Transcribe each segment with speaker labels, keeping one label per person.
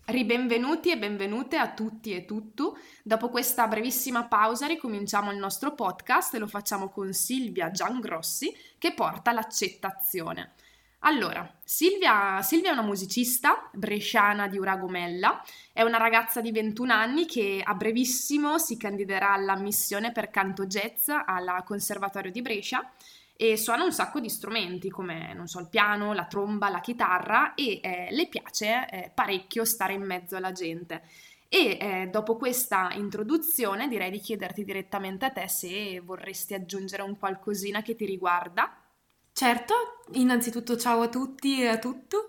Speaker 1: Ribenvenuti e benvenute a tutti e tutto. Dopo questa brevissima pausa ricominciamo il nostro podcast e lo facciamo con Silvia Giangrossi che porta l'accettazione. Allora, Silvia è una musicista bresciana di Uragomella, è una ragazza di 21 anni che a brevissimo si candiderà all'ammissione per canto jazz al Conservatorio di Brescia e suona un sacco di strumenti come, non so, il piano, la tromba, la chitarra e le piace parecchio stare in mezzo alla gente. E dopo questa introduzione direi di chiederti direttamente a te se vorresti aggiungere un qualcosina che ti riguarda.
Speaker 2: Certo, innanzitutto ciao a tutti e a tutto.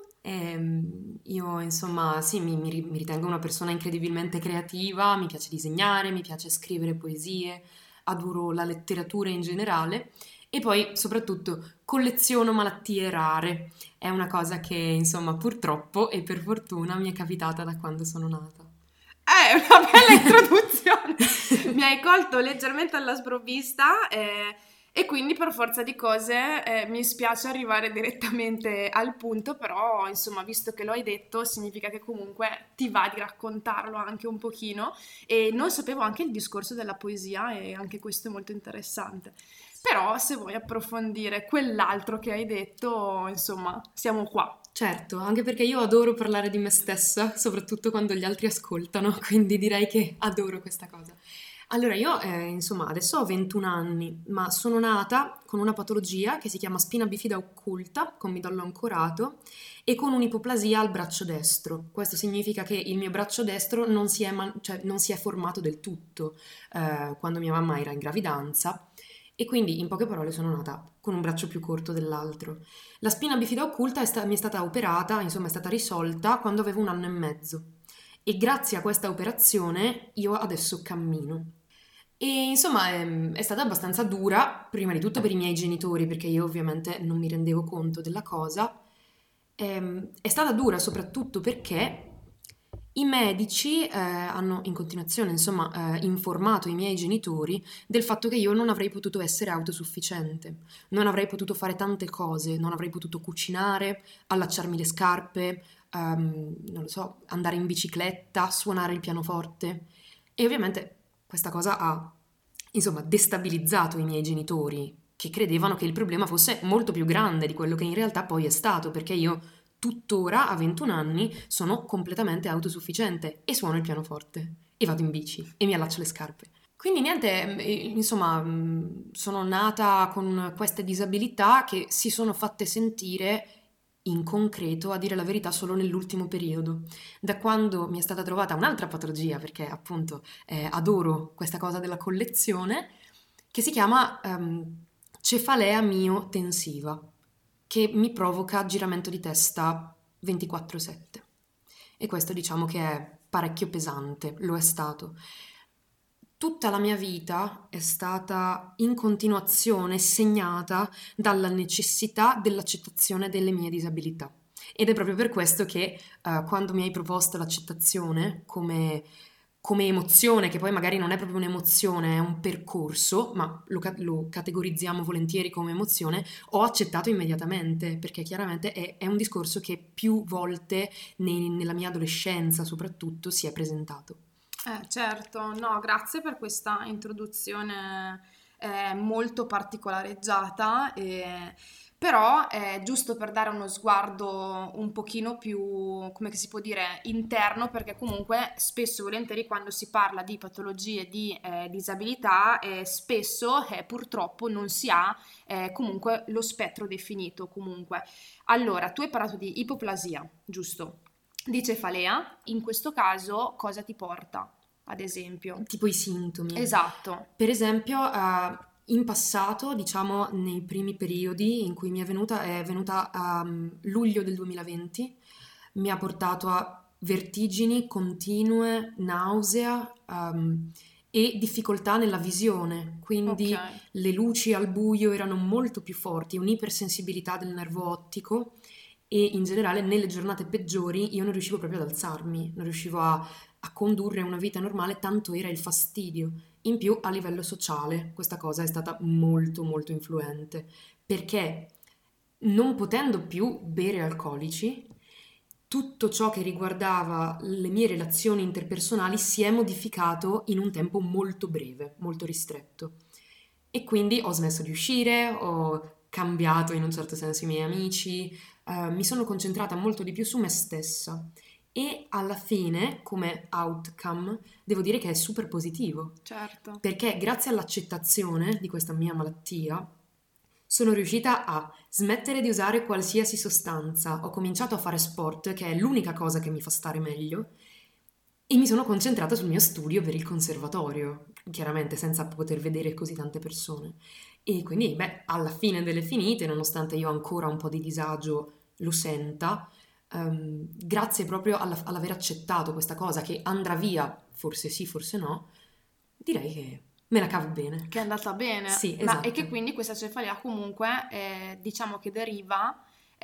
Speaker 2: Io insomma sì, mi ritengo una persona incredibilmente creativa, mi piace disegnare, mi piace scrivere poesie, adoro la letteratura in generale e poi soprattutto colleziono malattie rare. È una cosa che insomma purtroppo e per fortuna mi è capitata da quando sono nata.
Speaker 1: È una bella introduzione. Mi hai colto leggermente alla sprovvista e quindi per forza di cose mi spiace arrivare direttamente al punto, però insomma, visto che lo hai detto, significa che comunque ti va di raccontarlo anche un pochino e non sapevo anche il discorso della poesia e anche questo è molto interessante. Però se vuoi approfondire quell'altro che hai detto, insomma, siamo qua.
Speaker 2: Certo, anche perché io adoro parlare di me stessa, soprattutto quando gli altri ascoltano, quindi direi che adoro questa cosa. Allora, io insomma adesso ho 21 anni, ma sono nata con una patologia che si chiama spina bifida occulta, con midollo ancorato, e con un'ipoplasia al braccio destro. Questo significa che il mio braccio destro cioè, non si è formato del tutto quando mia mamma era in gravidanza, e quindi in poche parole sono nata con un braccio più corto dell'altro. La spina bifida occulta mi è stata operata, insomma è stata risolta quando avevo 1 anno e mezzo e grazie a questa operazione io adesso cammino. E insomma è stata abbastanza dura, prima di tutto per i miei genitori, perché io ovviamente non mi rendevo conto della cosa. È stata dura soprattutto perché i medici hanno in continuazione, insomma, informato i miei genitori del fatto che io non avrei potuto essere autosufficiente, non avrei potuto fare tante cose, non avrei potuto cucinare, allacciarmi le scarpe, non lo so, andare in bicicletta, suonare il pianoforte. E ovviamente questa cosa ha, insomma, destabilizzato i miei genitori, che credevano che il problema fosse molto più grande di quello che in realtà poi è stato, perché io tuttora a 21 anni sono completamente autosufficiente e suono il pianoforte e vado in bici e mi allaccio le scarpe. Quindi niente, insomma, sono nata con queste disabilità che si sono fatte sentire in concreto, a dire la verità, solo nell'ultimo periodo, da quando mi è stata trovata un'altra patologia, perché appunto adoro questa cosa della collezione, che si chiama cefalea miotensiva, che mi provoca giramento di testa 24/7. E questo diciamo che è parecchio pesante, lo è stato. Tutta la mia vita è stata in continuazione segnata dalla necessità dell'accettazione delle mie disabilità. Ed è proprio per questo che quando mi hai proposto l'accettazione come emozione, che poi magari non è proprio un'emozione, è un percorso, ma lo categorizziamo volentieri come emozione, ho accettato immediatamente, perché chiaramente è un discorso che più volte nella mia adolescenza soprattutto si è presentato.
Speaker 1: Certo, no, grazie per questa introduzione molto particolareggiata, però giusto per dare uno sguardo un pochino più, come che si può dire, interno, perché comunque spesso e volentieri quando si parla di patologie di disabilità, spesso purtroppo non si ha comunque lo spettro definito comunque. Allora, tu hai parlato di ipoplasia, giusto? Di cefalea, in questo caso cosa ti porta, ad esempio?
Speaker 2: Tipo i sintomi.
Speaker 1: Esatto,
Speaker 2: Per esempio, in passato, diciamo nei primi periodi in cui è venuta a luglio del 2020, mi ha portato a vertigini continue, nausea, e difficoltà nella visione,
Speaker 1: ok.
Speaker 2: quindi le luci al buio erano molto più forti, un'ipersensibilità del nervo ottico e in generale nelle giornate peggiori io non riuscivo proprio ad alzarmi, non riuscivo a condurre una vita normale, tanto era il fastidio. In più a livello sociale questa cosa è stata molto molto influente, perché non potendo più bere alcolici, tutto ciò che riguardava le mie relazioni interpersonali si è modificato in un tempo molto breve, molto ristretto. E quindi ho smesso di uscire, ho cambiato in un certo senso i miei amici, mi sono concentrata molto di più su me stessa e alla fine, come outcome, devo dire che è super positivo,
Speaker 1: Certo.
Speaker 2: perché grazie all'accettazione di questa mia malattia sono riuscita a smettere di usare qualsiasi sostanza, ho cominciato a fare sport, che è l'unica cosa che mi fa stare meglio, e mi sono concentrata sul mio studio per il conservatorio, chiaramente senza poter vedere così tante persone. E quindi, alla fine delle finite, nonostante io ancora un po' di disagio lo senta, grazie proprio all'aver accettato questa cosa che andrà via, forse sì, forse no, direi che me la cavo bene.
Speaker 1: Che è andata bene.
Speaker 2: Sì,
Speaker 1: Ma e
Speaker 2: esatto.
Speaker 1: che quindi questa cefalea comunque diciamo che deriva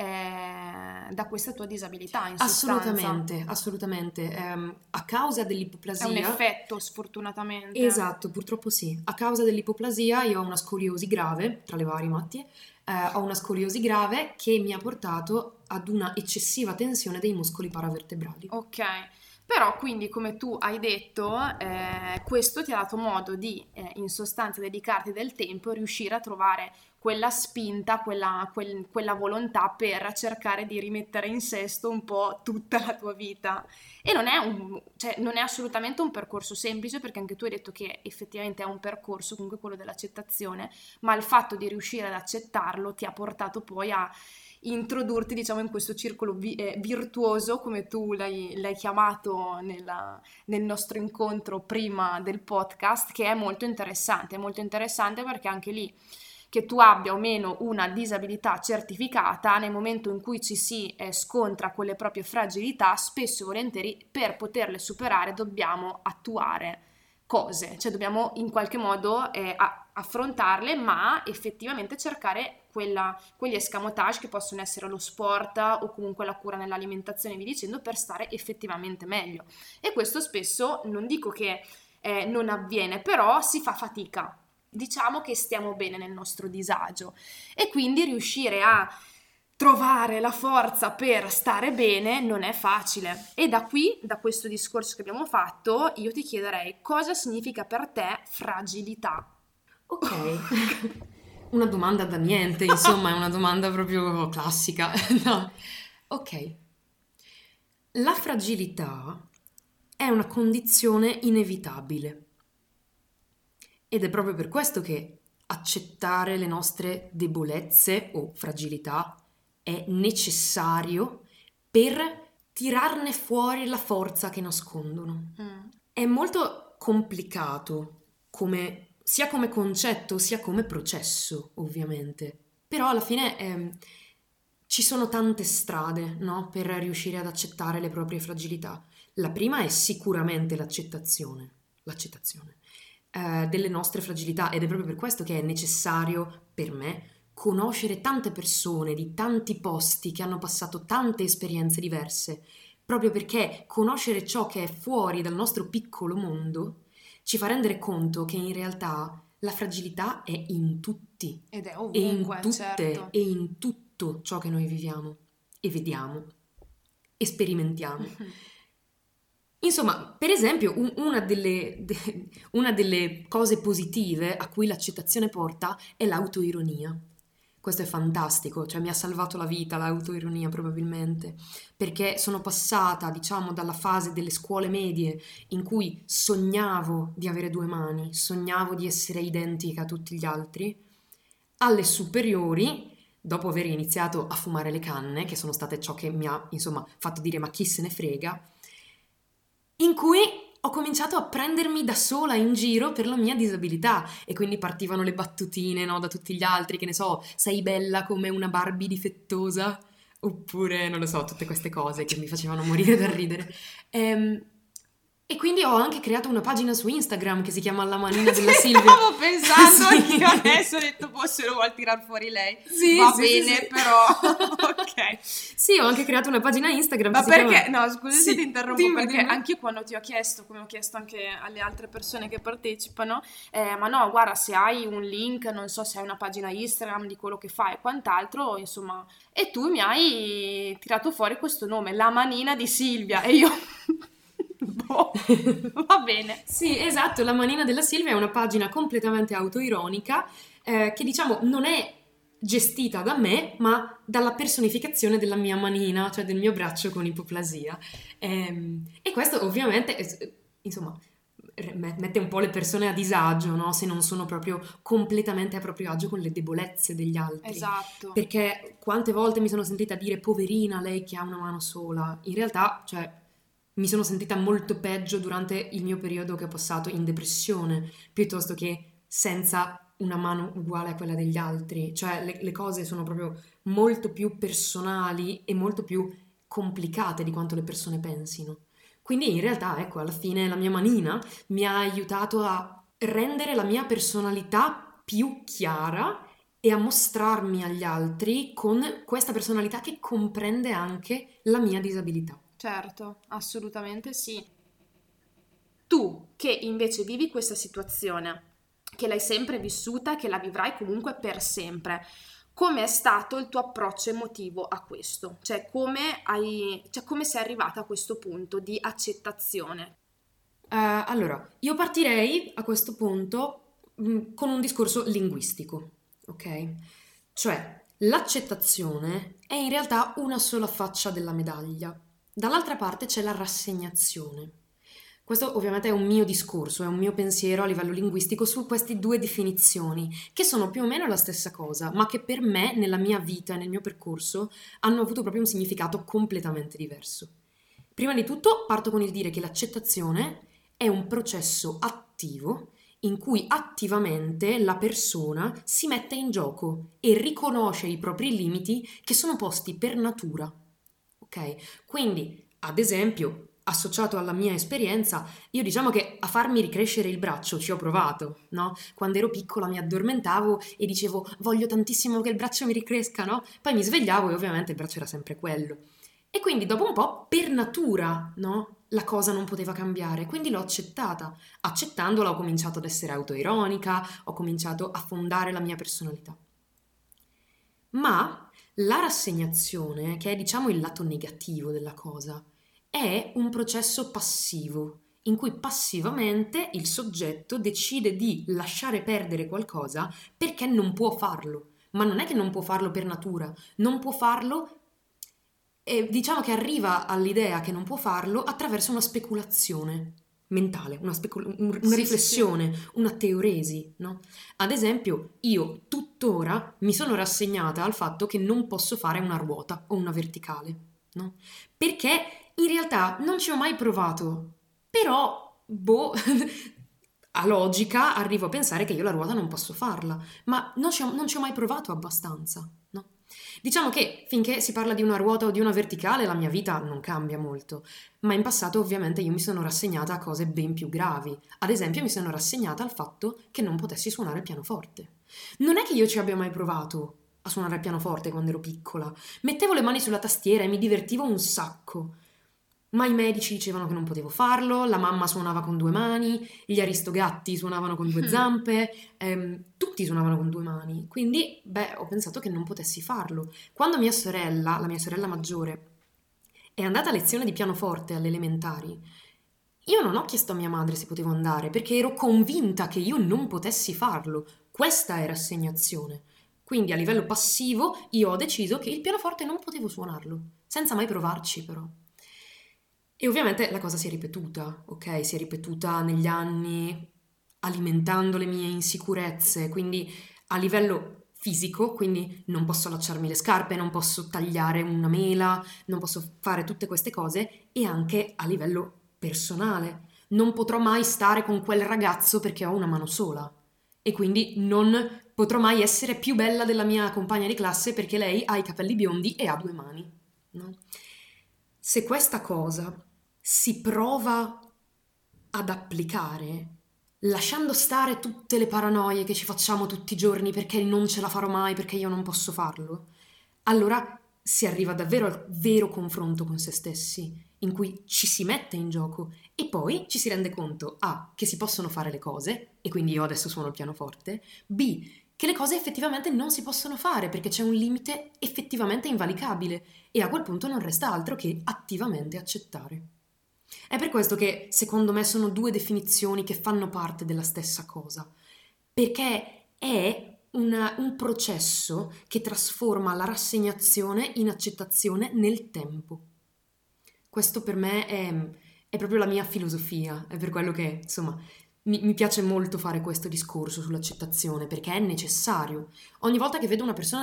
Speaker 1: da questa tua disabilità in sostanza.
Speaker 2: Assolutamente, assolutamente. A causa
Speaker 1: È un
Speaker 2: dell'ipoplasia,
Speaker 1: effetto, sfortunatamente.
Speaker 2: esatto, purtroppo sì. A causa dell'ipoplasia io ho una scoliosi grave, tra le varie malattie, ho una scoliosi grave che mi ha portato ad una eccessiva tensione dei muscoli paravertebrali.
Speaker 1: Ok, però quindi come tu hai detto, questo ti ha dato modo di in sostanza dedicarti del tempo e riuscire a trovare quella spinta, quella volontà per cercare di rimettere in sesto un po' tutta la tua vita. E non è assolutamente un percorso semplice, perché anche tu hai detto che effettivamente è un percorso, comunque quello dell'accettazione, ma il fatto di riuscire ad accettarlo ti ha portato poi a introdurti, diciamo, in questo circolo virtuoso, come tu l'hai chiamato nel nostro incontro prima del podcast, che è molto interessante perché anche lì, che tu abbia o meno una disabilità certificata, nel momento in cui ci si scontra con le proprie fragilità, spesso e volentieri per poterle superare dobbiamo attuare cose, cioè dobbiamo in qualche modo affrontarle, ma effettivamente cercare quegli escamotage che possono essere lo sport o comunque la cura nell'alimentazione, vi dicendo, per stare effettivamente meglio. E questo spesso, non dico che non avviene, però si fa fatica. Diciamo che stiamo bene nel nostro disagio e quindi riuscire a trovare la forza per stare bene non è facile. E da qui, da questo discorso che abbiamo fatto, io ti chiederei cosa significa per te fragilità.
Speaker 2: Ok, una domanda da niente, insomma, è una domanda proprio classica. No. Ok, la fragilità è una condizione inevitabile ed è proprio per questo che accettare le nostre debolezze o fragilità è necessario per tirarne fuori la forza che nascondono. È molto complicato sia come concetto sia come processo, ovviamente. Però alla fine ci sono tante strade, no, per riuscire ad accettare le proprie fragilità. La prima è sicuramente l'accettazione delle nostre fragilità ed è proprio per questo che è necessario per me conoscere tante persone di tanti posti che hanno passato tante esperienze diverse, proprio perché conoscere ciò che è fuori dal nostro piccolo mondo ci fa rendere conto che in realtà la fragilità è in tutti
Speaker 1: Ed è
Speaker 2: e in
Speaker 1: ovunque,
Speaker 2: tutte
Speaker 1: certo.
Speaker 2: e in tutto ciò che noi viviamo e vediamo e sperimentiamo. Insomma, per esempio, una delle cose positive a cui l'accettazione porta è l'autoironia. Questo è fantastico, cioè mi ha salvato la vita l'autoironia probabilmente, perché sono passata, diciamo, dalla fase delle scuole medie in cui sognavo di avere due mani, sognavo di essere identica a tutti gli altri, alle superiori, dopo aver iniziato a fumare le canne, che sono state ciò che mi ha, insomma, fatto dire ma chi se ne frega, in cui ho cominciato a prendermi da sola in giro per la mia disabilità e quindi partivano le battutine, no, da tutti gli altri, che ne so, sei bella come una Barbie difettosa, oppure, non lo so, tutte queste cose che mi facevano morire dal ridere. E quindi ho anche creato una pagina su Instagram che si chiama La Manina della Silvia.
Speaker 1: Stavo pensando
Speaker 2: Sì.
Speaker 1: anche adesso, ho detto, se lo vuol tirar fuori lei.
Speaker 2: Sì,
Speaker 1: Va
Speaker 2: sì,
Speaker 1: bene,
Speaker 2: sì.
Speaker 1: però, ok.
Speaker 2: Sì, ho anche creato una pagina Instagram
Speaker 1: Ma
Speaker 2: che si
Speaker 1: perché?
Speaker 2: chiama...
Speaker 1: No, scusa se
Speaker 2: Sì,
Speaker 1: ti interrompo,
Speaker 2: dimmi,
Speaker 1: perché
Speaker 2: dimmi.
Speaker 1: anche io quando ti ho chiesto, come ho chiesto anche alle altre persone che partecipano, ma no, guarda, se hai un link, non so se hai una pagina Instagram di quello che fai e quant'altro, insomma, e tu mi hai tirato fuori questo nome, La Manina di Silvia, e io, boh, va bene.
Speaker 2: Sì, esatto, La Manina della Silvia è una pagina completamente autoironica che diciamo non è gestita da me, ma dalla personificazione della mia manina, cioè del mio braccio con ipoplasia. E questo ovviamente, insomma, mette un po' le persone a disagio, no? Se non sono proprio completamente a proprio agio con le debolezze degli altri.
Speaker 1: Esatto.
Speaker 2: Perché quante volte mi sono sentita dire poverina lei che ha una mano sola. In realtà, cioè, mi sono sentita molto peggio durante il mio periodo che ho passato in depressione, piuttosto che senza una mano uguale a quella degli altri. Cioè, le cose sono proprio molto più personali e molto più complicate di quanto le persone pensino. Quindi in realtà, ecco, alla fine la mia manina mi ha aiutato a rendere la mia personalità più chiara e a mostrarmi agli altri con questa personalità che comprende anche la mia disabilità.
Speaker 1: Certo, assolutamente sì. Tu che invece vivi questa situazione, che l'hai sempre vissuta e che la vivrai comunque per sempre, come è stato il tuo approccio emotivo a questo? Cioè come sei arrivata a questo punto di accettazione?
Speaker 2: Allora, io partirei a questo punto con un discorso linguistico, ok? Cioè, l'accettazione è in realtà una sola faccia della medaglia. Dall'altra parte c'è la rassegnazione. Questo ovviamente è un mio discorso, è un mio pensiero a livello linguistico su queste due definizioni, che sono più o meno la stessa cosa, ma che per me, nella mia vita e nel mio percorso, hanno avuto proprio un significato completamente diverso. Prima di tutto parto con il dire che l'accettazione è un processo attivo in cui attivamente la persona si mette in gioco e riconosce i propri limiti che sono posti per natura. Ok? Quindi, ad esempio, associato alla mia esperienza, io diciamo che a farmi ricrescere il braccio ci ho provato, no? Quando ero piccola mi addormentavo e dicevo voglio tantissimo che il braccio mi ricresca, no? Poi mi svegliavo e ovviamente il braccio era sempre quello. E quindi dopo un po', per natura, no? La cosa non poteva cambiare, quindi l'ho accettata. Accettandola ho cominciato ad essere autoironica, ho cominciato a fondare la mia personalità. Ma la rassegnazione, che è diciamo il lato negativo della cosa, è un processo passivo, in cui passivamente il soggetto decide di lasciare perdere qualcosa perché non può farlo. Ma non è che non può farlo per natura, non può farlo e diciamo che arriva all'idea che non può farlo attraverso una speculazione mentale, una
Speaker 1: Sì, sì, sì.
Speaker 2: riflessione, una teoresi, no? Ad esempio, io tuttora mi sono rassegnata al fatto che non posso fare una ruota o una verticale, no? Perché in realtà non ci ho mai provato, però, boh, a logica arrivo a pensare che io la ruota non posso farla, ma non ci ho mai provato abbastanza, no? Diciamo che finché si parla di una ruota o di una verticale la mia vita non cambia molto, ma in passato ovviamente io mi sono rassegnata a cose ben più gravi. Ad esempio mi sono rassegnata al fatto che non potessi suonare il pianoforte. Non è che io ci abbia mai provato a suonare il pianoforte quando ero piccola. Mettevo le mani sulla tastiera e mi divertivo un sacco. Ma i medici dicevano che non potevo farlo, la mamma suonava con due mani, gli aristogatti suonavano con due zampe, tutti suonavano con due mani. Quindi, beh, ho pensato che non potessi farlo. Quando mia sorella, la mia sorella maggiore, è andata a lezione di pianoforte alle elementari, io non ho chiesto a mia madre se potevo andare perché ero convinta che io non potessi farlo. Questa è rassegnazione. Quindi a livello passivo io ho deciso che il pianoforte non potevo suonarlo, senza mai provarci però. E ovviamente la cosa si è ripetuta, ok? Si è ripetuta negli anni alimentando le mie insicurezze, quindi a livello fisico, quindi non posso allacciarmi le scarpe, non posso tagliare una mela, non posso fare tutte queste cose e anche a livello personale. Non potrò mai stare con quel ragazzo perché ho una mano sola e quindi non potrò mai essere più bella della mia compagna di classe perché lei ha i capelli biondi e ha due mani, no? Se questa cosa si prova ad applicare, lasciando stare tutte le paranoie che ci facciamo tutti i giorni perché non ce la farò mai, perché io non posso farlo, allora si arriva davvero al vero confronto con se stessi, in cui ci si mette in gioco e poi ci si rende conto A, che si possono fare le cose, e quindi io adesso suono il pianoforte, B, che le cose effettivamente non si possono fare perché c'è un limite effettivamente invalicabile e a quel punto non resta altro che attivamente accettare. È per questo che secondo me sono due definizioni che fanno parte della stessa cosa, perché è un processo che trasforma la rassegnazione in accettazione nel tempo. Questo per me è proprio la mia filosofia, è per quello che, insomma, mi piace molto fare questo discorso sull'accettazione, perché è necessario. Ogni volta che vedo una persona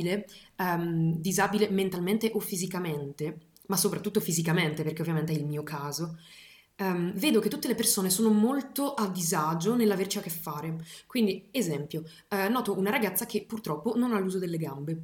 Speaker 2: disabile mentalmente o fisicamente, ma soprattutto fisicamente, perché ovviamente è il mio caso, vedo che tutte le persone sono molto a disagio nell'averci a che fare. Quindi, esempio, noto una ragazza che purtroppo non ha l'uso delle gambe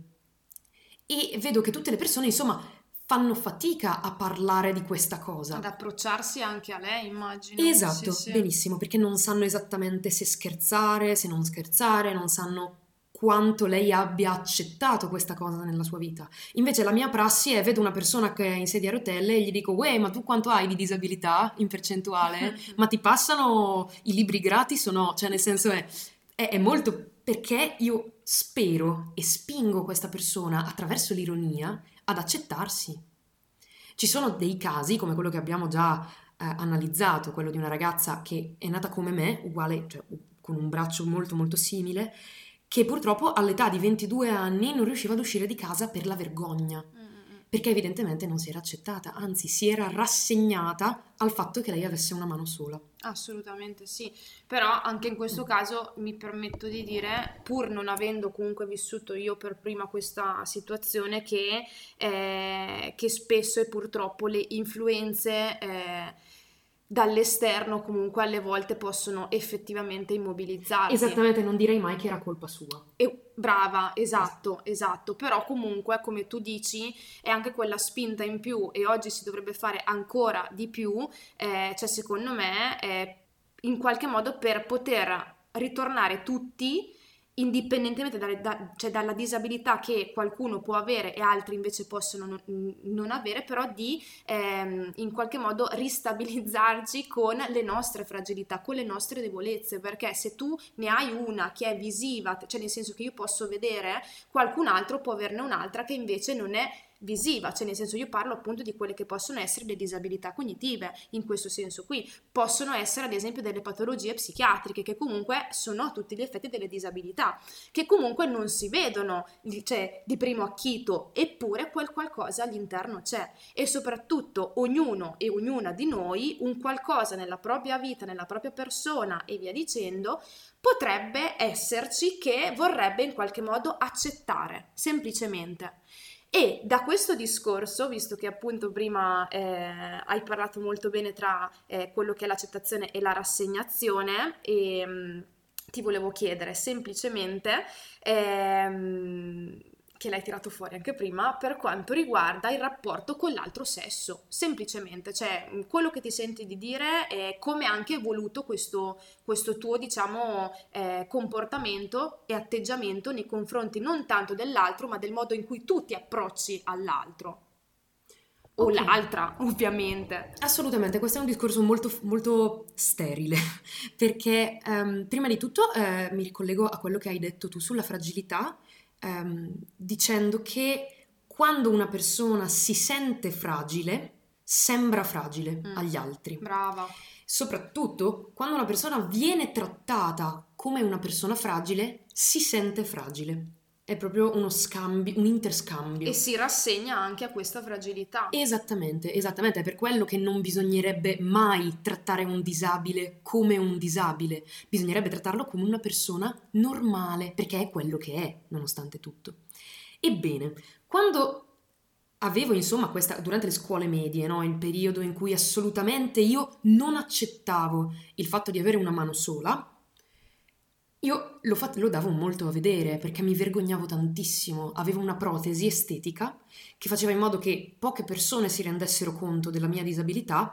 Speaker 2: e vedo che tutte le persone, insomma, fanno fatica a parlare di questa cosa.
Speaker 1: Ad approcciarsi anche a lei, immagino.
Speaker 2: Esatto,
Speaker 1: Sì, sì.
Speaker 2: benissimo, perché non sanno esattamente se scherzare, se non scherzare, non sanno quanto lei abbia accettato questa cosa nella sua vita. Invece la mia prassi è, vedo una persona che è in sedia a rotelle e gli dico, uè, ma tu quanto hai di disabilità in percentuale? Ma ti passano i libri gratis o no? Cioè, nel senso è molto perché io spero e spingo questa persona attraverso l'ironia ad accettarsi. Ci sono dei casi, come quello che abbiamo già analizzato, quello di una ragazza che è nata come me, uguale, cioè con un braccio molto molto simile, che purtroppo all'età di 22 anni non riusciva ad uscire di casa per la vergogna, perché evidentemente non si era accettata, anzi si era rassegnata al fatto che lei avesse una mano sola.
Speaker 1: Assolutamente sì, però anche in questo caso mi permetto di dire, pur non avendo comunque vissuto io per prima questa situazione, che spesso e purtroppo le influenze dall'esterno comunque alle volte possono effettivamente immobilizzarti.
Speaker 2: Esattamente, non direi mai che era colpa sua.
Speaker 1: Brava, esatto, però comunque come tu dici è anche quella spinta in più e oggi si dovrebbe fare ancora di più, cioè secondo me in qualche modo per poter ritornare tutti indipendentemente cioè dalla disabilità che qualcuno può avere e altri invece possono non avere, però di in qualche modo ristabilizzarci con le nostre fragilità, con le nostre debolezze, perché se tu ne hai una che è visiva, cioè nel senso che io posso vedere, qualcun altro può averne un'altra che invece non è visiva, cioè nel senso io parlo appunto di quelle che possono essere le disabilità cognitive, in questo senso qui, possono essere ad esempio delle patologie psichiatriche che comunque sono a tutti gli effetti delle disabilità, che comunque non si vedono, cioè, di primo acchito, eppure quel qualcosa all'interno c'è e soprattutto ognuno e ognuna di noi un qualcosa nella propria vita, nella propria persona e via dicendo, potrebbe esserci che vorrebbe in qualche modo accettare, semplicemente. E da questo discorso, visto che appunto prima hai parlato molto bene tra quello che è l'accettazione e la rassegnazione, e ti volevo chiedere semplicemente, che l'hai tirato fuori anche prima, per quanto riguarda il rapporto con l'altro sesso, semplicemente, cioè quello che ti senti di dire è come è anche evoluto questo tuo, diciamo, comportamento e atteggiamento nei confronti non tanto dell'altro, ma del modo in cui tu ti approcci all'altro. O
Speaker 2: Ok.
Speaker 1: l'altra, ovviamente.
Speaker 2: Assolutamente, questo è un discorso molto, molto sterile, perché prima di tutto mi ricollego a quello che hai detto tu sulla fragilità, dicendo che quando una persona si sente fragile, sembra fragile agli altri.
Speaker 1: Brava.
Speaker 2: Soprattutto quando una persona viene trattata come una persona fragile, si sente fragile. È proprio uno scambio, un interscambio.
Speaker 1: E si rassegna anche a questa fragilità.
Speaker 2: Esattamente, è per quello che non bisognerebbe mai trattare un disabile come un disabile, bisognerebbe trattarlo come una persona normale, perché è quello che è, nonostante tutto. Ebbene, quando avevo insomma durante le scuole medie, no, il periodo in cui assolutamente io non accettavo il fatto di avere una mano sola, io lo davo molto a vedere perché mi vergognavo tantissimo, avevo una protesi estetica che faceva in modo che poche persone si rendessero conto della mia disabilità,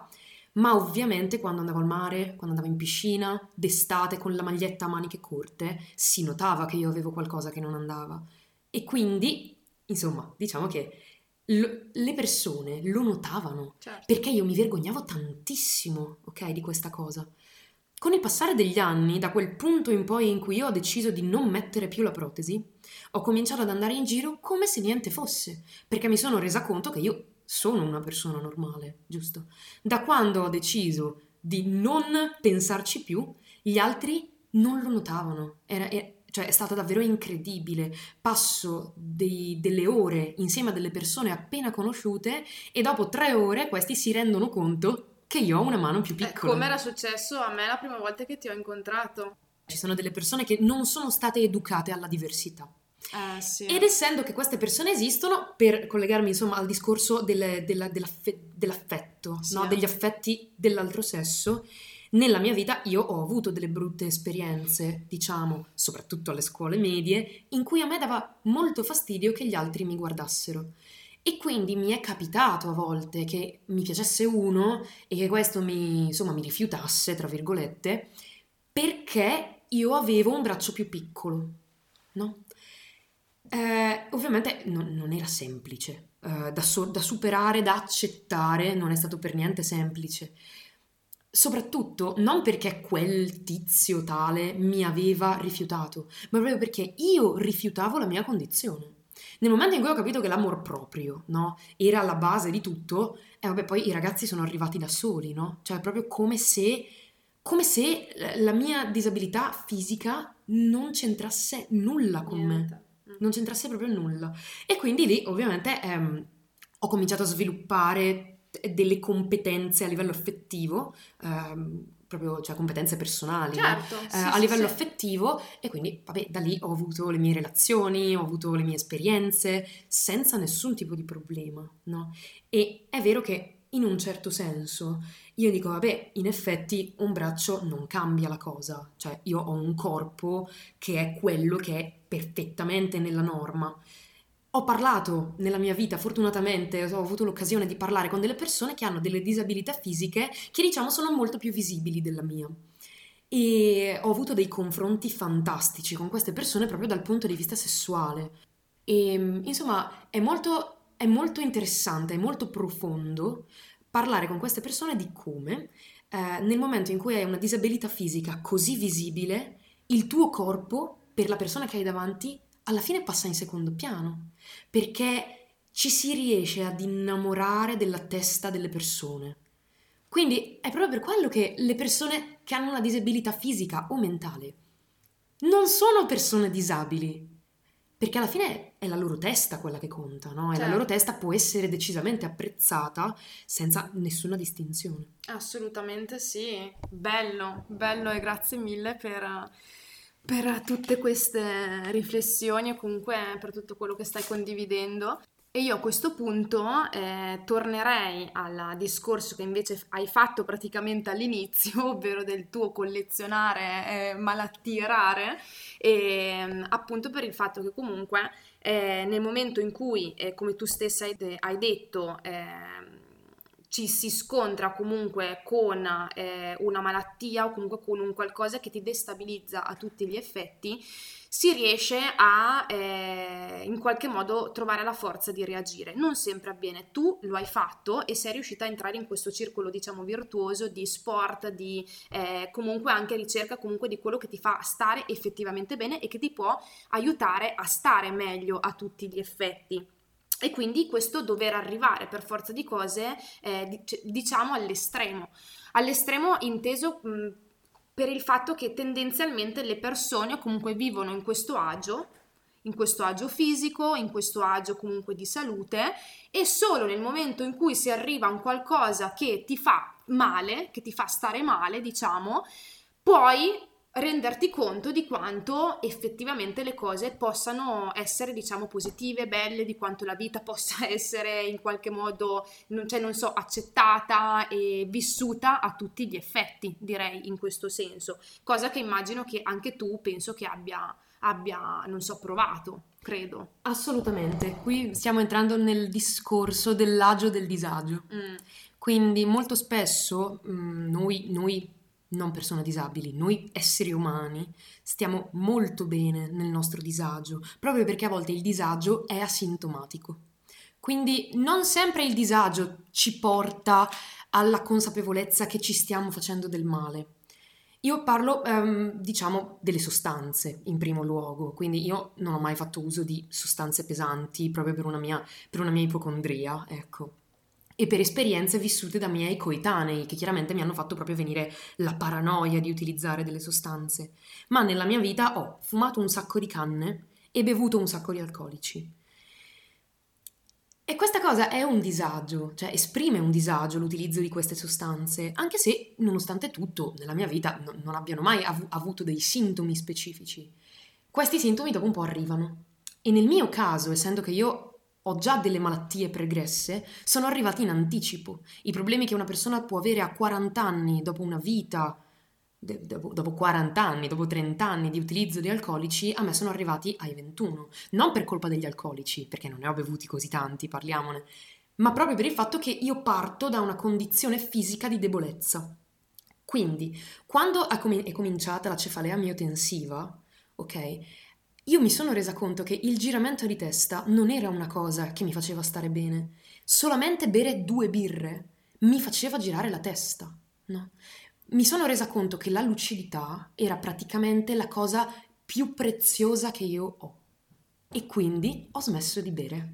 Speaker 2: Ma ovviamente quando andavo al mare, quando andavo in piscina, d'estate con la maglietta a maniche corte, si notava che io avevo qualcosa che non andava. E quindi, insomma, diciamo che le persone lo notavano,
Speaker 1: Certo.
Speaker 2: perché io mi vergognavo tantissimo, ok, di questa cosa. Con il passare degli anni, da quel punto in poi in cui io ho deciso di non mettere più la protesi, ho cominciato ad andare in giro come se niente fosse, perché mi sono resa conto che io sono una persona normale, giusto? Da quando ho deciso di non pensarci più, gli altri non lo notavano. Cioè, è stato davvero incredibile. Passo delle ore insieme a delle persone appena conosciute e dopo 3 ore questi si rendono conto che io ho una mano più piccola.
Speaker 1: Come era successo a me la prima volta che ti ho incontrato.
Speaker 2: Ci sono delle persone che non sono state educate alla diversità.
Speaker 1: Sì.
Speaker 2: Ed essendo che queste persone esistono, per collegarmi insomma al discorso dell'affetto,
Speaker 1: Sì.
Speaker 2: no? Degli affetti dell'altro sesso, nella mia vita io ho avuto delle brutte esperienze, diciamo, soprattutto alle scuole medie, in cui a me dava molto fastidio che gli altri mi guardassero. E quindi mi è capitato a volte che mi piacesse uno e che questo insomma, mi rifiutasse, tra virgolette, perché io avevo un braccio più piccolo, no? Ovviamente non era semplice, da superare, da accettare, non è stato per niente semplice. Soprattutto non perché quel tizio tale mi aveva rifiutato, ma proprio perché io rifiutavo la mia condizione. Nel momento in cui ho capito che l'amor proprio, no, era la base di tutto, e vabbè, poi i ragazzi sono arrivati da soli, no? Cioè, è proprio come se la mia disabilità fisica non c'entrasse nulla con me, non c'entrasse proprio nulla. E quindi lì, ovviamente, ho cominciato a sviluppare delle competenze a livello affettivo, proprio, cioè competenze personali,
Speaker 1: Certo,
Speaker 2: no?
Speaker 1: sì,
Speaker 2: A
Speaker 1: sì,
Speaker 2: livello
Speaker 1: sì.
Speaker 2: affettivo, e quindi, vabbè, da lì ho avuto le mie relazioni, ho avuto le mie esperienze, senza nessun tipo di problema, no? E è vero che in un certo senso io dico, vabbè, in effetti un braccio non cambia la cosa, cioè io ho un corpo che è quello che è perfettamente nella norma. Ho parlato nella mia vita, fortunatamente, ho avuto l'occasione di parlare con delle persone che hanno delle disabilità fisiche che diciamo sono molto più visibili della mia. E ho avuto dei confronti fantastici con queste persone proprio dal punto di vista sessuale. E insomma, è molto interessante, è molto profondo parlare con queste persone di come, nel momento in cui hai una disabilità fisica così visibile, il tuo corpo, per la persona che hai davanti, alla fine passa in secondo piano, perché ci si riesce ad innamorare della testa delle persone. Quindi è proprio per quello che le persone che hanno una disabilità fisica o mentale non sono persone disabili, perché alla fine è la loro testa quella che conta, no? E la loro
Speaker 1: Certo.
Speaker 2: testa può essere decisamente apprezzata senza nessuna distinzione.
Speaker 1: Assolutamente sì, bello, bello e grazie mille per tutte queste riflessioni e comunque per tutto quello che stai condividendo. E io a questo punto tornerei al discorso che invece hai fatto praticamente all'inizio, ovvero del tuo collezionare malattie rare, e appunto per il fatto che comunque nel momento in cui, come tu stessa hai detto, ci si scontra comunque con una malattia o comunque con un qualcosa che ti destabilizza a tutti gli effetti, si riesce a in qualche modo trovare la forza di reagire. Non sempre avviene, tu lo hai fatto e sei riuscita a entrare in questo circolo, diciamo, virtuoso di sport, di comunque anche ricerca comunque di quello che ti fa stare effettivamente bene e che ti può aiutare a stare meglio a tutti gli effetti. E quindi questo dover arrivare per forza di cose, diciamo, all'estremo inteso per il fatto che tendenzialmente le persone comunque vivono in questo agio fisico, in questo agio comunque di salute, e solo nel momento in cui si arriva a un qualcosa che ti fa male, che ti fa stare male, diciamo, puoi renderti conto di quanto effettivamente le cose possano essere, diciamo, positive, belle, di quanto la vita possa essere in qualche modo, non so, accettata e vissuta a tutti gli effetti, direi, in questo senso. Cosa che immagino che anche tu penso che abbia, non so, provato, credo.
Speaker 2: Assolutamente, qui stiamo entrando nel discorso dell'agio del disagio. Quindi molto spesso noi non persone disabili, noi esseri umani stiamo molto bene nel nostro disagio, proprio perché a volte il disagio è asintomatico. Quindi non sempre il disagio ci porta alla consapevolezza che ci stiamo facendo del male. Io parlo, diciamo, delle sostanze in primo luogo, quindi io non ho mai fatto uso di sostanze pesanti proprio per una mia ipocondria, ecco. E per esperienze vissute da miei coetanei, che chiaramente mi hanno fatto proprio venire la paranoia di utilizzare delle sostanze. Ma nella mia vita ho fumato un sacco di canne e bevuto un sacco di alcolici. E questa cosa è un disagio, cioè esprime un disagio l'utilizzo di queste sostanze, anche se, nonostante tutto, nella mia vita non abbiano mai avuto dei sintomi specifici. Questi sintomi dopo un po' arrivano. E nel mio caso, essendo che io ho già delle malattie pregresse, sono arrivati in anticipo. I problemi che una persona può avere a 40 anni dopo una vita, dopo 40 anni, dopo 30 anni di utilizzo di alcolici, a me sono arrivati ai 21. Non per colpa degli alcolici, perché non ne ho bevuti così tanti, parliamone, ma proprio per il fatto che io parto da una condizione fisica di debolezza. Quindi, quando è cominciata la cefalea miotensiva, ok, io mi sono resa conto che il giramento di testa non era una cosa che mi faceva stare bene. Solamente bere 2 birre mi faceva girare la testa, no? Mi sono resa conto che la lucidità era praticamente la cosa più preziosa che io ho. E quindi ho smesso di bere.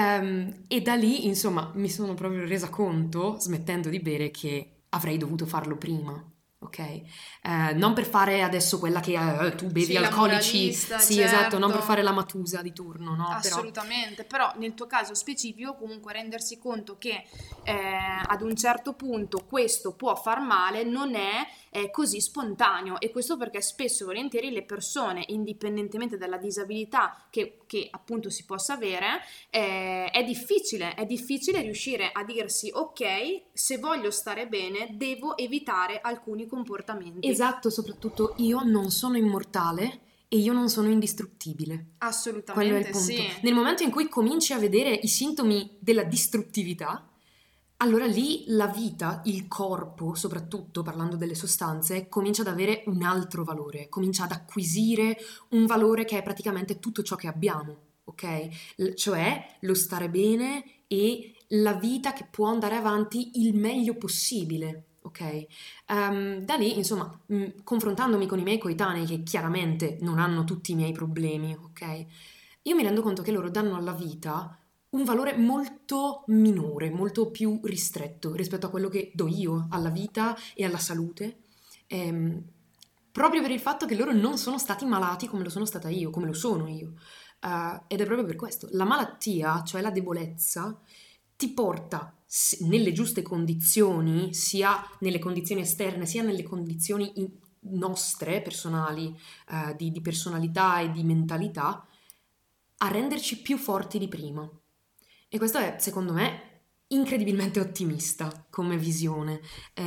Speaker 2: E da lì, insomma, mi sono proprio resa conto, smettendo di bere, che avrei dovuto farlo prima. Ok? Non per fare adesso quella che tu bevi
Speaker 1: Sì, la
Speaker 2: alcolici,
Speaker 1: moralista,
Speaker 2: sì, esatto, non per
Speaker 1: certo.
Speaker 2: fare la Matusa di turno, no? Però
Speaker 1: Assolutamente, però nel tuo caso specifico comunque rendersi conto che ad un certo punto questo può far male non è così spontaneo, e questo perché spesso e volentieri le persone, indipendentemente dalla disabilità che appunto si possa avere, è difficile riuscire a dirsi ok, se voglio stare bene devo evitare alcuni comportamenti.
Speaker 2: esatto, soprattutto io non sono immortale e io non sono indistruttibile. Quello è il
Speaker 1: Assolutamente sì.
Speaker 2: punto. Nel momento in cui cominci a vedere i sintomi della distruttività, allora lì la vita, il corpo, soprattutto parlando delle sostanze, comincia ad avere un altro valore, comincia ad acquisire un valore che è praticamente tutto ciò che abbiamo, ok? Cioè lo stare bene e la vita che può andare avanti il meglio possibile. Ok, da lì, insomma, confrontandomi con i miei coetanei che chiaramente non hanno tutti i miei problemi, ok, io mi rendo conto che loro danno alla vita un valore molto minore, molto più ristretto rispetto a quello che do io alla vita e alla salute, ehm, proprio per il fatto che loro non sono stati malati come lo sono stata io, come lo sono io. Ed è proprio per questo. La malattia, cioè la debolezza, ti porta nelle giuste condizioni, sia nelle condizioni esterne, sia nelle condizioni nostre, personali, di personalità e di mentalità, a renderci più forti di prima. E questo è, secondo me, incredibilmente ottimista come visione.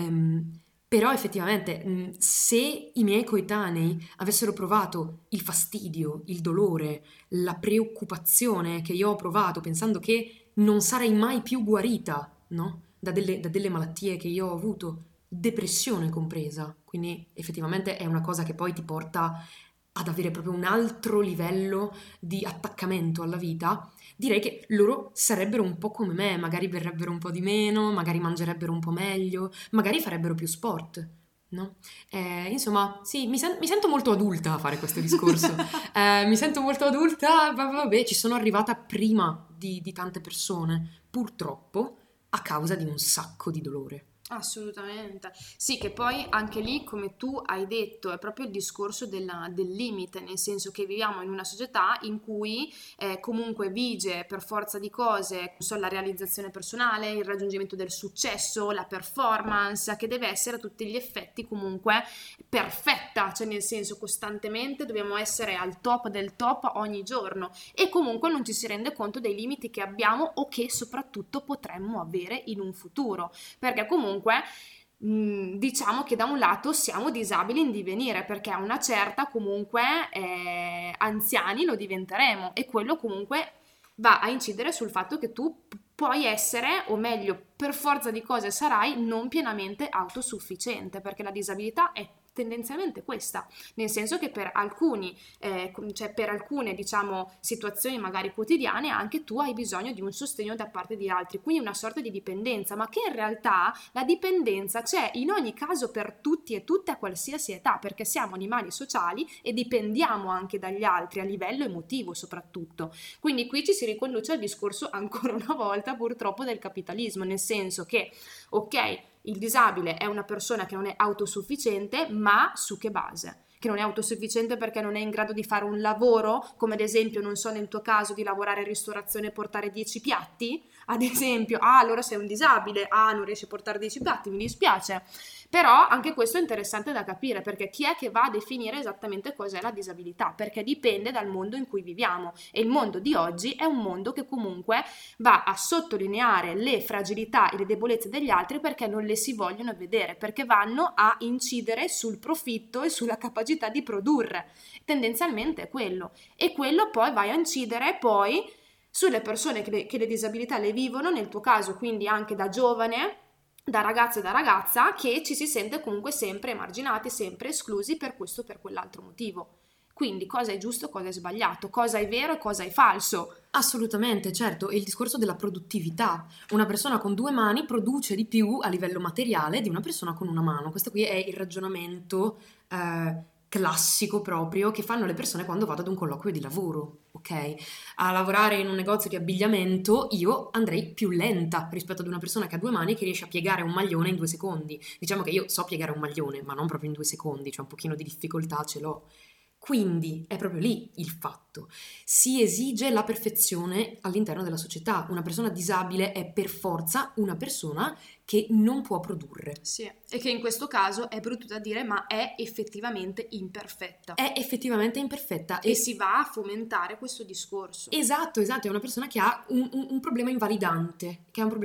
Speaker 2: Però effettivamente, se i miei coetanei avessero provato il fastidio, il dolore, la preoccupazione che io ho provato pensando che non sarei mai più guarita, no? Da delle malattie che io ho avuto, depressione compresa, quindi effettivamente è una cosa che poi ti porta ad avere proprio un altro livello di attaccamento alla vita, direi che loro sarebbero un po' come me, magari berrebbero un po' di meno, magari mangerebbero un po' meglio, magari farebbero più sport. No? Insomma, sì, mi sento molto adulta a fare questo discorso. Mi sento molto adulta, vabbè, ci sono arrivata prima di tante persone, purtroppo, a causa di un sacco di dolore.
Speaker 1: Assolutamente. Sì, che poi anche lì, come tu hai detto, è proprio il discorso del limite, nel senso che viviamo in una società in cui comunque vige per forza di cose, non so, la realizzazione personale, il raggiungimento del successo, la performance, che deve essere a tutti gli effetti comunque perfetta, cioè nel senso costantemente dobbiamo essere al top del top ogni giorno, e comunque non ci si rende conto dei limiti che abbiamo o che soprattutto potremmo avere in un futuro, perché comunque diciamo che da un lato siamo disabili in divenire, perché a una certa comunque anziani lo diventeremo, e quello comunque va a incidere sul fatto che tu puoi essere, o meglio, per forza di cose sarai non pienamente autosufficiente, perché la disabilità è tendenzialmente questa, nel senso che per alcuni, cioè per alcune diciamo situazioni magari quotidiane anche tu hai bisogno di un sostegno da parte di altri, quindi una sorta di dipendenza, ma che in realtà la dipendenza c'è in ogni caso per tutti e tutte a qualsiasi età, perché siamo animali sociali e dipendiamo anche dagli altri a livello emotivo soprattutto. Quindi qui ci si riconduce al discorso ancora una volta purtroppo del capitalismo, nel senso che ok, il disabile è una persona che non è autosufficiente, ma su che base? Che non è autosufficiente perché non è in grado di fare un lavoro, come ad esempio, non so, nel tuo caso di lavorare in ristorazione e portare 10 piatti? Ad esempio, allora sei un disabile, non riesci a portare 10 piatti, mi dispiace. Però anche questo è interessante da capire, perché chi è che va a definire esattamente cos'è la disabilità? Perché dipende dal mondo in cui viviamo e il mondo di oggi è un mondo che comunque va a sottolineare le fragilità e le debolezze degli altri perché non le si vogliono vedere, perché vanno a incidere sul profitto e sulla capacità di produrre. Tendenzialmente è quello. E quello poi va a incidere poi sulle persone che le disabilità le vivono, nel tuo caso quindi anche da giovane, da ragazzo e da ragazza, che ci si sente comunque sempre emarginati, sempre esclusi per questo o per quell'altro motivo. Quindi cosa è giusto, cosa è sbagliato, cosa è vero e cosa è falso.
Speaker 2: Assolutamente, certo, e il discorso della produttività. Una persona con 2 mani produce di più a livello materiale di una persona con una mano. Questo qui è il ragionamento classico proprio che fanno le persone quando vado ad un colloquio di lavoro, ok? A lavorare in un negozio di abbigliamento io andrei più lenta rispetto ad una persona che ha 2 mani e che riesce a piegare un maglione in 2 secondi. Diciamo che io so piegare un maglione, ma non proprio in 2 secondi, cioè un pochino di difficoltà ce l'ho. Quindi è proprio lì il fatto. Si esige la perfezione all'interno della società. Una persona disabile è per forza una persona che non può produrre.
Speaker 1: Sì, e che in questo caso è brutto da dire, ma è effettivamente imperfetta.
Speaker 2: È effettivamente imperfetta.
Speaker 1: E si va a fomentare questo discorso.
Speaker 2: Esatto, è una persona che ha un problema invalidante,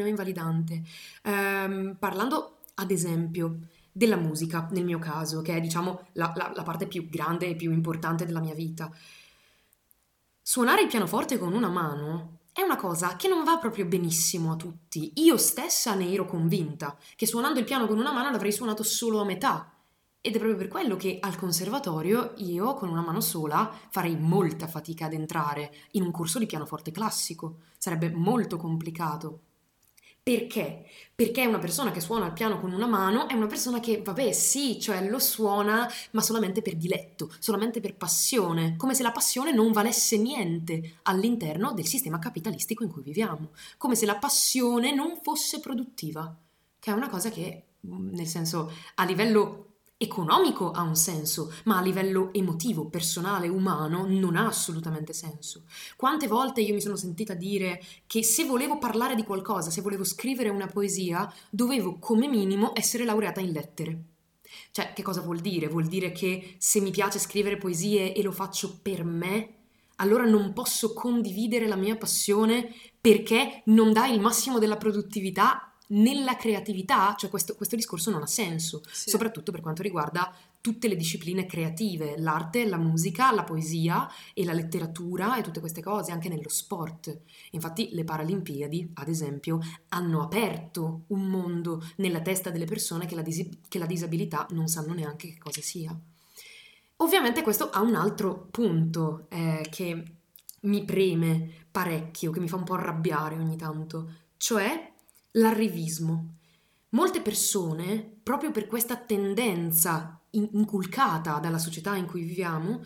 Speaker 2: parlando, ad esempio, della musica, nel mio caso, che è, diciamo, la parte più grande e più importante della mia vita. Suonare il pianoforte con una mano è una cosa che non va proprio benissimo a tutti. Io stessa ne ero convinta che suonando il piano con una mano l'avrei suonato solo a metà. Ed è proprio per quello che al conservatorio io con una mano sola farei molta fatica ad entrare in un corso di pianoforte classico. Sarebbe molto complicato. Perché? Perché una persona che suona il piano con una mano è una persona che, vabbè, sì, cioè lo suona, ma solamente per diletto, solamente per passione, come se la passione non valesse niente all'interno del sistema capitalistico in cui viviamo, come se la passione non fosse produttiva, che è una cosa che, nel senso, a livello economico ha un senso, ma a livello emotivo, personale, umano non ha assolutamente senso. Quante volte io mi sono sentita dire che se volevo parlare di qualcosa, se volevo scrivere una poesia, dovevo come minimo essere laureata in lettere. Cioè, che cosa vuol dire? Vuol dire che se mi piace scrivere poesie e lo faccio per me, allora non posso condividere la mia passione perché non dà il massimo della produttività nella creatività, cioè questo discorso non ha senso,
Speaker 1: Sì.
Speaker 2: soprattutto per quanto riguarda tutte le discipline creative, l'arte, la musica, la poesia e la letteratura e tutte queste cose, anche nello sport. Infatti le Paralimpiadi, ad esempio, hanno aperto un mondo nella testa delle persone che la disabilità non sanno neanche che cosa sia. Ovviamente questo ha un altro punto che mi preme parecchio, che mi fa un po' arrabbiare ogni tanto, cioè l'arrivismo. Molte persone, proprio per questa tendenza inculcata dalla società in cui viviamo,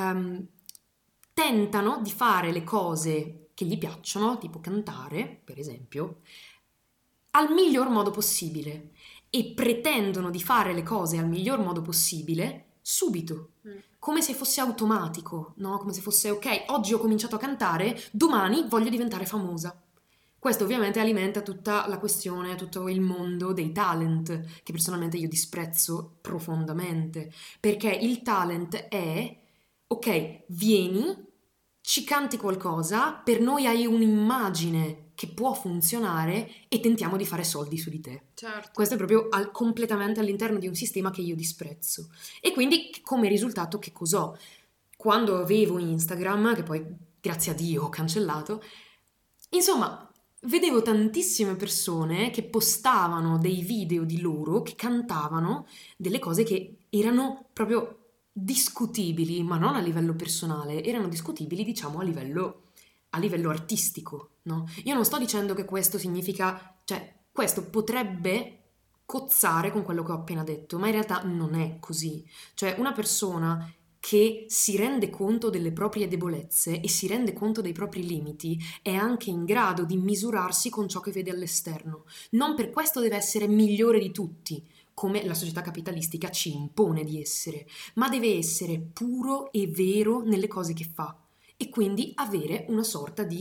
Speaker 2: tentano di fare le cose che gli piacciono, tipo cantare, per esempio, al miglior modo possibile e pretendono di fare le cose al miglior modo possibile subito, come se fosse automatico, no? Come se fosse ok, oggi ho cominciato a cantare, domani voglio diventare famosa. Questo ovviamente alimenta tutta la questione, tutto il mondo dei talent, che personalmente io disprezzo profondamente, perché il talent è, ok, vieni, ci canti qualcosa, per noi hai un'immagine che può funzionare e tentiamo di fare soldi su di te.
Speaker 1: Certo.
Speaker 2: Questo è proprio completamente all'interno di un sistema che io disprezzo. E quindi come risultato che cos'ho? Quando avevo Instagram, che poi grazie a Dio ho cancellato, insomma, vedevo tantissime persone che postavano dei video di loro che cantavano delle cose che erano proprio discutibili, ma non a livello personale, erano discutibili, diciamo, a livello artistico, no? Io non sto dicendo che questo significa, cioè, questo potrebbe cozzare con quello che ho appena detto, ma in realtà non è così. Cioè, una persona che si rende conto delle proprie debolezze e si rende conto dei propri limiti è anche in grado di misurarsi con ciò che vede all'esterno. Non per questo deve essere migliore di tutti, come la società capitalistica ci impone di essere, ma deve essere puro e vero nelle cose che fa e quindi avere una sorta di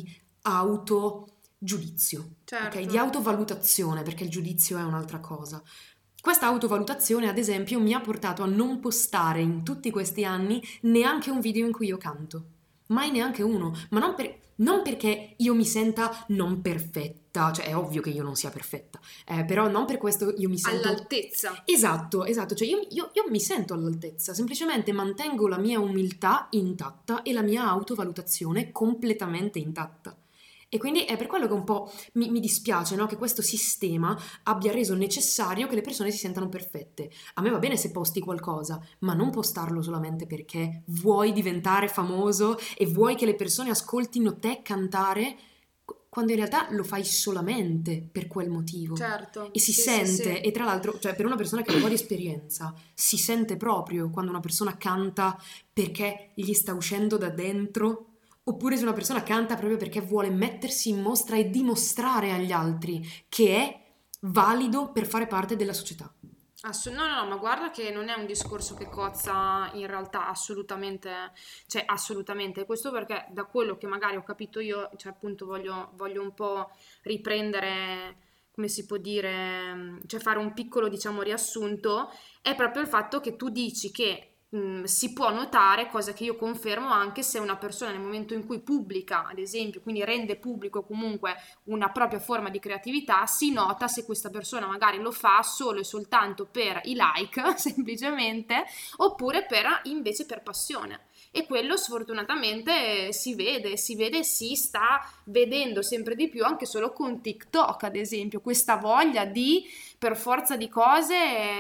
Speaker 2: autogiudizio, ok? Di
Speaker 1: Certo.
Speaker 2: autovalutazione, perché il giudizio è un'altra cosa. Questa autovalutazione, ad esempio, mi ha portato a non postare in tutti questi anni neanche un video in cui io canto. Mai neanche uno, ma non perché io mi senta non perfetta, cioè è ovvio che io non sia perfetta, però non per questo io mi sento...
Speaker 1: All'altezza.
Speaker 2: Esatto, esatto, cioè io mi sento all'altezza, semplicemente mantengo la mia umiltà intatta e la mia autovalutazione completamente intatta. E quindi è per quello che un po' mi dispiace, no? Che questo sistema abbia reso necessario che le persone si sentano perfette. A me va bene se posti qualcosa, ma non postarlo solamente perché vuoi diventare famoso e vuoi che le persone ascoltino te cantare, quando in realtà lo fai solamente per quel motivo.
Speaker 1: Certo,
Speaker 2: E si
Speaker 1: sì, sì,
Speaker 2: sente,
Speaker 1: sì.
Speaker 2: e tra l'altro, cioè per una persona che ha un po' di esperienza, si sente proprio quando una persona canta perché gli sta uscendo da dentro, oppure se una persona canta proprio perché vuole mettersi in mostra e dimostrare agli altri che è valido per fare parte della società.
Speaker 1: No, no, no, ma guarda che non è un discorso che cozza in realtà assolutamente, cioè assolutamente. Questo perché da quello che magari ho capito io, cioè appunto voglio un po' riprendere, come si può dire, cioè fare un piccolo, diciamo, riassunto, è proprio il fatto che tu dici che si può notare, cosa che io confermo anche se una persona nel momento in cui pubblica, ad esempio, quindi rende pubblico comunque una propria forma di creatività, si nota se questa persona magari lo fa solo e soltanto per i like, semplicemente, oppure invece per passione. E quello sfortunatamente si vede e si sta vedendo sempre di più anche solo con TikTok, ad esempio, questa voglia di per forza di cose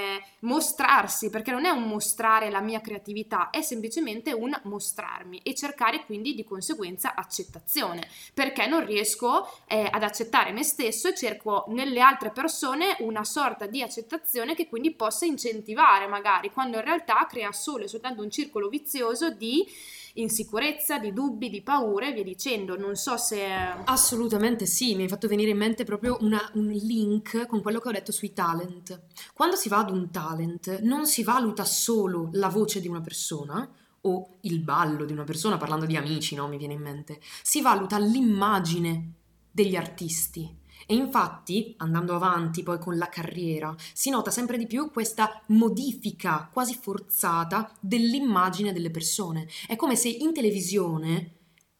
Speaker 1: mostrarsi, perché non è un mostrare la mia creatività, è semplicemente un mostrarmi e cercare quindi di conseguenza accettazione, perché non riesco ad accettare me stesso e cerco nelle altre persone una sorta di accettazione che quindi possa incentivare magari, quando in realtà crea solo e soltanto un circolo vizioso di insicurezza, di dubbi, di paure e via dicendo. Non so se...
Speaker 2: Assolutamente sì, mi hai fatto venire in mente proprio un link con quello che ho detto sui talent. Quando si va ad un talent non si valuta solo la voce di una persona o il ballo di una persona, parlando di amici, no? Mi viene in mente. Si valuta l'immagine degli artisti. E infatti, andando avanti poi con la carriera, si nota sempre di più questa modifica quasi forzata dell'immagine delle persone. È come se in televisione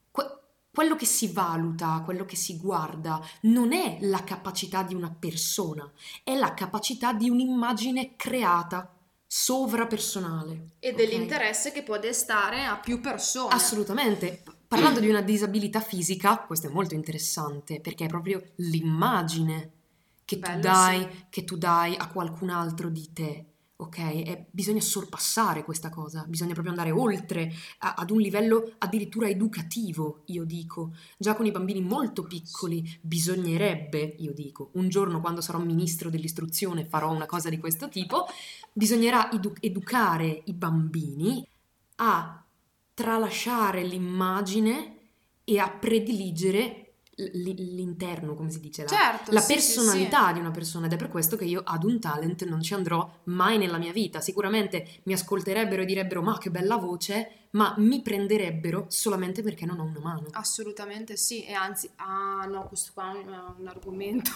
Speaker 2: quello che si valuta, quello che si guarda, non è la capacità di una persona, è la capacità di un'immagine creata, sovrapersonale.
Speaker 1: e
Speaker 2: Ok?
Speaker 1: dell'interesse che può destare a più persone.
Speaker 2: Assolutamente. Parlando di una disabilità fisica, questo è molto interessante perché è proprio l'immagine
Speaker 1: Bello, sì.
Speaker 2: che tu dai a qualcun altro di te, ok? E bisogna sorpassare questa cosa, bisogna proprio andare oltre ad un livello addirittura educativo, io dico. Già con i bambini molto piccoli bisognerebbe, io dico, un giorno quando sarò ministro dell'istruzione farò una cosa di questo tipo, bisognerà educare i bambini a tralasciare l'immagine e a prediligere l'interno, come si dice,
Speaker 1: Certo,
Speaker 2: la
Speaker 1: sì, sì, sì.
Speaker 2: personalità di una persona ed è per questo che io ad un talent non ci andrò mai nella mia vita. Sicuramente mi ascolterebbero e direbbero ma che bella voce, ma mi prenderebbero solamente perché non ho una mano.
Speaker 1: Assolutamente sì, e anzi, ah no, questo qua è un argomento,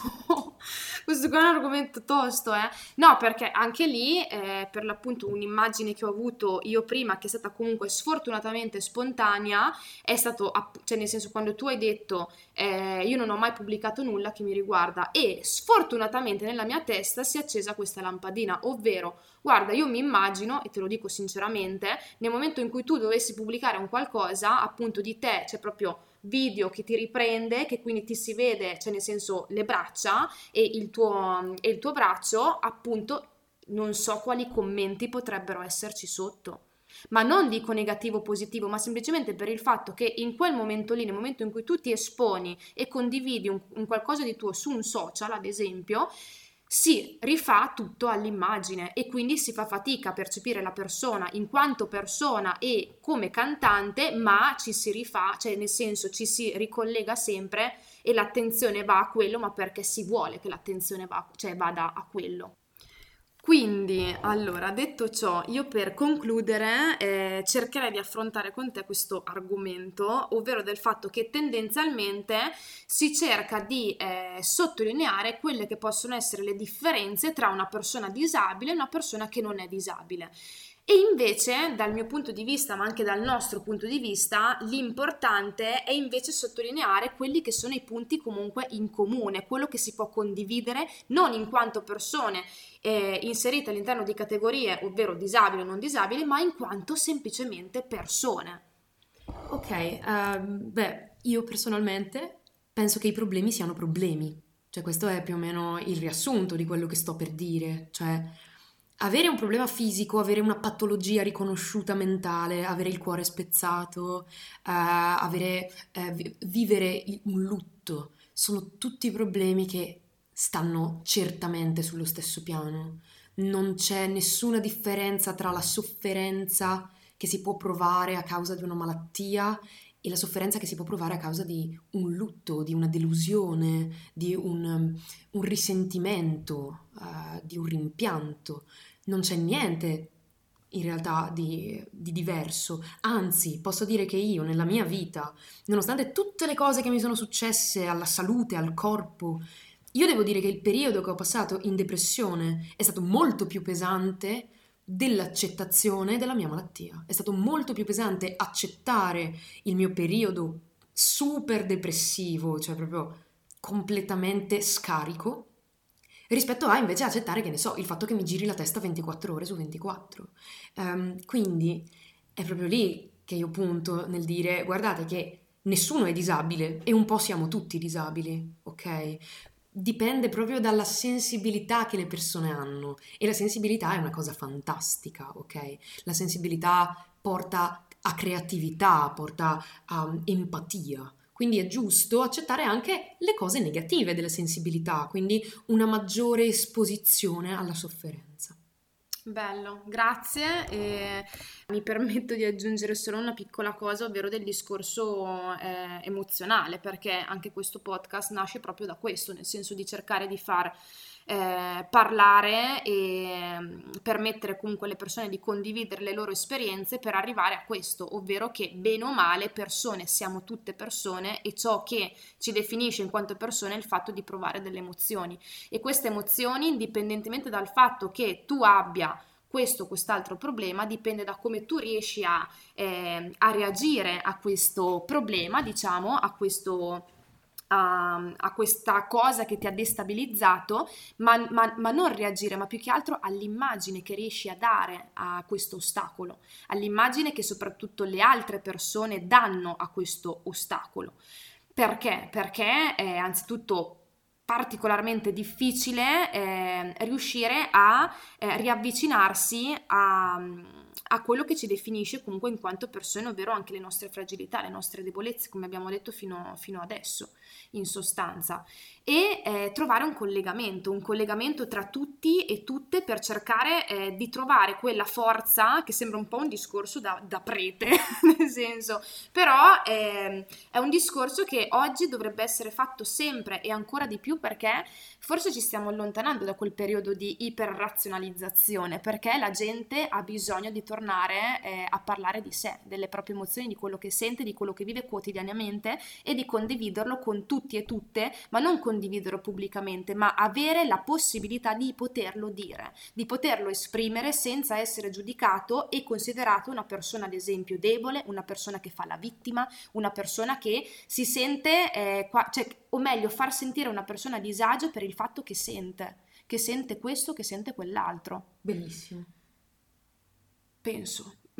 Speaker 1: questo qua è un argomento tosto, eh. No, perché anche lì, per l'appunto, un'immagine che ho avuto io prima, che è stata comunque sfortunatamente spontanea, è stato, cioè nel senso, quando tu hai detto, io non ho mai pubblicato nulla che mi riguarda, e sfortunatamente nella mia testa si è accesa questa lampadina, ovvero, guarda, io mi immagino, e te lo dico sinceramente, nel momento in cui tu dovessi pubblicare un qualcosa appunto di te, cioè proprio video che ti riprende, che quindi ti si vede, cioè nel senso le braccia e il tuo braccio, appunto non so quali commenti potrebbero esserci sotto. Ma non dico negativo o positivo, ma semplicemente per il fatto che in quel momento lì, nel momento in cui tu ti esponi e condividi un qualcosa di tuo su un social, ad esempio, si rifà tutto all'immagine e quindi si fa fatica a percepire la persona in quanto persona e come cantante, ma ci si rifà, cioè nel senso ci si ricollega sempre e l'attenzione va a quello, ma perché si vuole che l'attenzione cioè vada a quello. Quindi, allora, detto ciò, io per concludere cercherei di affrontare con te questo argomento, ovvero del fatto che tendenzialmente si cerca di sottolineare quelle che possono essere le differenze tra una persona disabile e una persona che non è disabile. E invece, dal mio punto di vista, ma anche dal nostro punto di vista, l'importante è invece sottolineare quelli che sono i punti comunque in comune, quello che si può condividere non in quanto persone inserite all'interno di categorie, ovvero disabili o non disabili, ma in quanto semplicemente persone.
Speaker 2: Ok, beh, io personalmente penso che i problemi siano problemi, cioè questo è più o meno il riassunto di quello che sto per dire, cioè avere un problema fisico, avere una patologia riconosciuta mentale, avere il cuore spezzato, vivere un lutto, sono tutti problemi che stanno certamente sullo stesso piano. Non c'è nessuna differenza tra la sofferenza che si può provare a causa di una malattia e la sofferenza che si può provare a causa di un lutto, di una delusione, di un risentimento, di un rimpianto. Non c'è niente in realtà di diverso. Anzi, posso dire che io nella mia vita, nonostante tutte le cose che mi sono successe alla salute, al corpo, io devo dire che il periodo che ho passato in depressione è stato molto più pesante dell'accettazione della mia malattia. È stato molto più pesante accettare il mio periodo super depressivo, cioè proprio completamente scarico, rispetto a invece accettare, che ne so, il fatto che mi giri la testa 24 ore su 24. Quindi è proprio lì che io punto nel dire, guardate che nessuno è disabile e un po' siamo tutti disabili, ok? Dipende proprio dalla sensibilità che le persone hanno e la sensibilità è una cosa fantastica, ok? La sensibilità porta a creatività, porta a empatia. Quindi è giusto accettare anche le cose negative della sensibilità, quindi una maggiore esposizione alla sofferenza.
Speaker 1: Bello, grazie. E mi permetto di aggiungere solo una piccola cosa, ovvero del discorso emozionale, perché anche questo podcast nasce proprio da questo, nel senso di cercare di far parlare e permettere comunque alle persone di condividere le loro esperienze per arrivare a questo, ovvero che bene o male persone siamo tutte persone e ciò che ci definisce in quanto persone è il fatto di provare delle emozioni e queste emozioni, indipendentemente dal fatto che tu abbia questo o quest'altro problema, dipende da come tu riesci a reagire a questo problema, diciamo, a questa cosa che ti ha destabilizzato, ma non reagire, ma più che altro all'immagine che riesci a dare a questo ostacolo, all'immagine che soprattutto le altre persone danno a questo ostacolo. Perché? Perché è anzitutto particolarmente difficile riuscire a riavvicinarsi a quello che ci definisce comunque in quanto persone, ovvero anche le nostre fragilità, le nostre debolezze, come abbiamo detto fino adesso, in sostanza, e trovare un collegamento tra tutti e tutte per cercare di trovare quella forza che sembra un po' un discorso da prete, nel senso, però è un discorso che oggi dovrebbe essere fatto sempre e ancora di più perché forse ci stiamo allontanando da quel periodo di iperrazionalizzazione, perché la gente ha bisogno di tornare a parlare di sé, delle proprie emozioni, di quello che sente, di quello che vive quotidianamente e di condividerlo con tutti e tutte, ma non condividerlo pubblicamente, ma avere la possibilità di poterlo dire, di poterlo esprimere senza essere giudicato e considerato una persona, ad esempio, debole, una persona che fa la vittima, una persona che si sente, o meglio, far sentire una persona a disagio per il fatto che sente questo, che sente quell'altro.
Speaker 2: Bellissimo.
Speaker 1: Penso.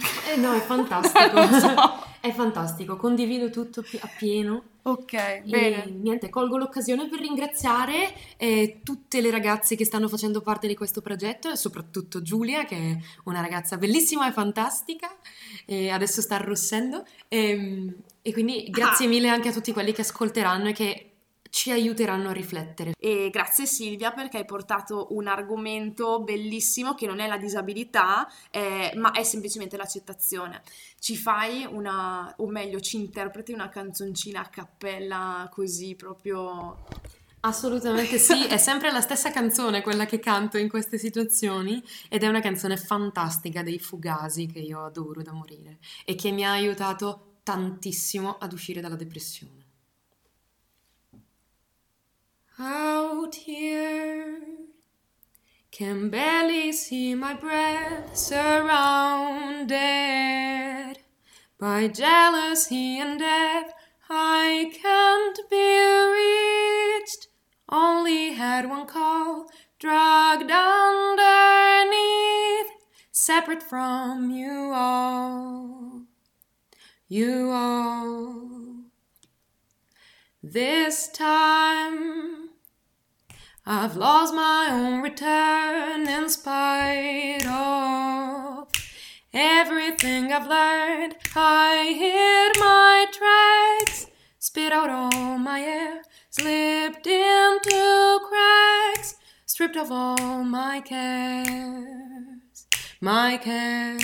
Speaker 2: No, è fantastico.
Speaker 1: Non lo so.
Speaker 2: È fantastico, condivido tutto appieno.
Speaker 1: Ok,
Speaker 2: E
Speaker 1: bene.
Speaker 2: niente, colgo l'occasione per ringraziare tutte le ragazze che stanno facendo parte di questo progetto e soprattutto Giulia, che è una ragazza bellissima e fantastica, e adesso sta arrossendo. E quindi grazie mille anche a tutti quelli che ascolteranno e che ci aiuteranno a riflettere.
Speaker 1: E grazie Silvia perché hai portato un argomento bellissimo che non è la disabilità, ma è semplicemente l'accettazione. Ci fai una, o meglio, ci interpreti una canzoncina a cappella così proprio...
Speaker 2: Assolutamente sì, è sempre la stessa canzone quella che canto in queste situazioni ed è una canzone fantastica dei Fugasi che io adoro da morire e che mi ha aiutato tantissimo ad uscire dalla depressione. Out here, can barely see my breath, surrounded by jealousy and death. I can't be reached, only had one call, dragged underneath, separate from you all, you all. This time I've lost my own return in spite of everything I've learned. I hit my tracks, spit out all my air, slipped into cracks, stripped of all my cares, my cares.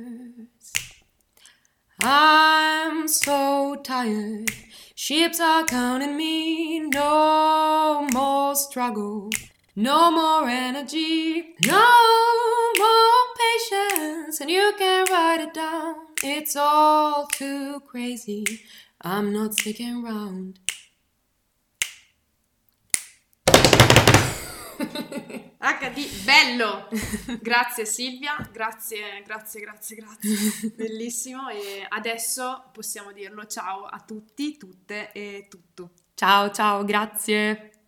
Speaker 2: I'm so tired, ships are counting me, no more struggle, no more energy, no more patience, and you can write it down, it's all too crazy, I'm not sticking around.
Speaker 1: HD, bello! Grazie Silvia, grazie, bellissimo e adesso possiamo dirlo ciao a tutti, tutte e tutto.
Speaker 2: Ciao, ciao, grazie.